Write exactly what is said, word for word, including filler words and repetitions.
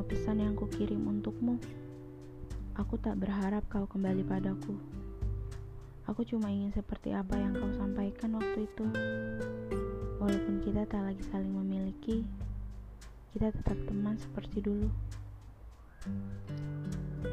semua pesan yang kukirim untukmu. Aku tak berharap kau kembali padaku. Aku cuma ingin seperti apa yang kau sampaikan waktu itu. Walaupun kita tak lagi saling memiliki, kita tetap teman seperti dulu.